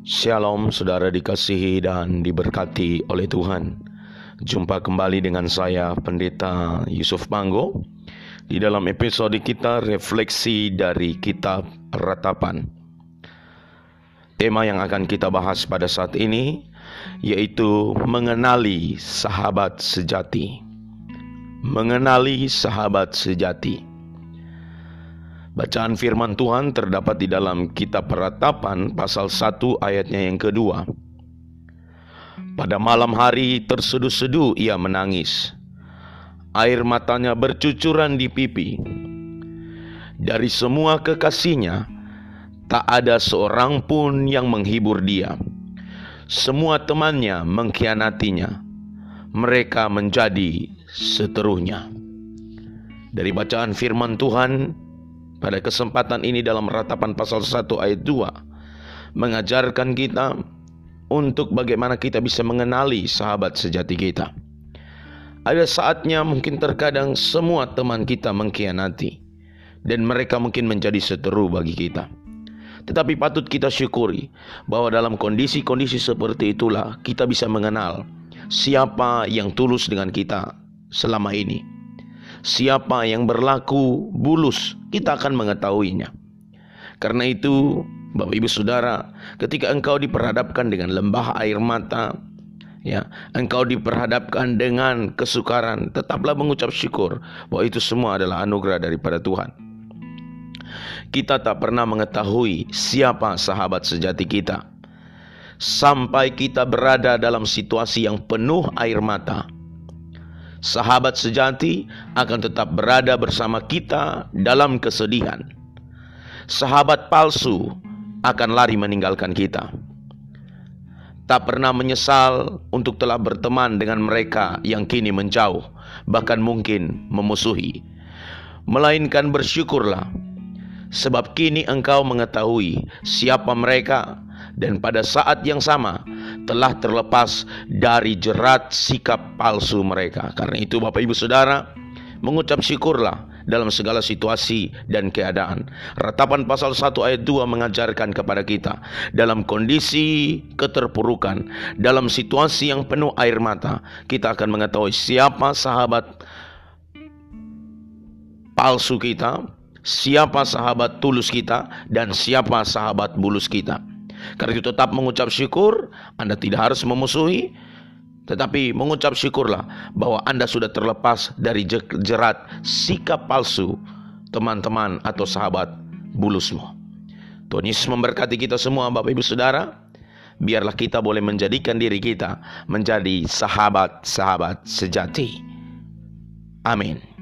Shalom saudara dikasihi dan diberkati oleh Tuhan. Jumpa kembali dengan saya Pendeta Yusuf Panggo di dalam episode kita refleksi dari kitab Ratapan. Tema yang akan kita bahas pada saat ini yaitu mengenali sahabat sejati. Mengenali sahabat sejati. Bacaan firman Tuhan terdapat di dalam kitab Ratapan pasal 1 ayatnya yang kedua. Pada malam hari terseduh-seduh ia menangis. Air matanya bercucuran di pipi. Dari semua kekasihnya, tak ada seorang pun yang menghibur dia. Semua temannya mengkhianatinya. Mereka menjadi seteruhnya. Dari bacaan firman Tuhan pada kesempatan ini dalam Ratapan pasal 1 ayat 2 mengajarkan kita untuk bagaimana kita bisa mengenali sahabat sejati kita. Ada saatnya mungkin terkadang semua teman kita mengkhianati dan mereka mungkin menjadi seteru bagi kita. Tetapi patut kita syukuri bahwa dalam kondisi-kondisi seperti itulah kita bisa mengenal siapa yang tulus dengan kita selama ini. Siapa yang berlaku bulus, kita akan mengetahuinya. Karena itu, Bapak Ibu Saudara, ketika engkau diperhadapkan dengan lembah air mata, engkau diperhadapkan dengan kesukaran, tetaplah mengucap syukur bahwa itu semua adalah anugerah daripada Tuhan. Kita tak pernah mengetahui siapa sahabat sejati kita sampai kita berada dalam situasi yang penuh air mata. Sahabat sejati akan tetap berada bersama kita dalam kesedihan. Sahabat palsu akan lari meninggalkan kita. Tak pernah menyesal untuk telah berteman dengan mereka yang kini menjauh, bahkan mungkin memusuhi. Melainkan bersyukurlah, sebab kini engkau mengetahui siapa mereka, dan pada saat yang sama telah terlepas dari jerat sikap palsu mereka. Karena itu Bapak Ibu Saudara, mengucap syukurlah dalam segala situasi dan keadaan. Ratapan pasal 1 ayat 2 mengajarkan kepada kita, dalam kondisi keterpurukan, dalam situasi yang penuh air mata, kita akan mengetahui siapa sahabat palsu kita, siapa sahabat tulus kita, dan siapa sahabat bulus kita. Karena itu tetap mengucap syukur. Anda tidak harus memusuhi, tetapi mengucap syukurlah bahwa Anda sudah terlepas dari jerat sikap palsu teman-teman atau sahabat bulusmu. Tuhan Yesus memberkati kita semua Bapak Ibu Saudara. Biarlah kita boleh menjadikan diri kita menjadi sahabat-sahabat sejati. Amin.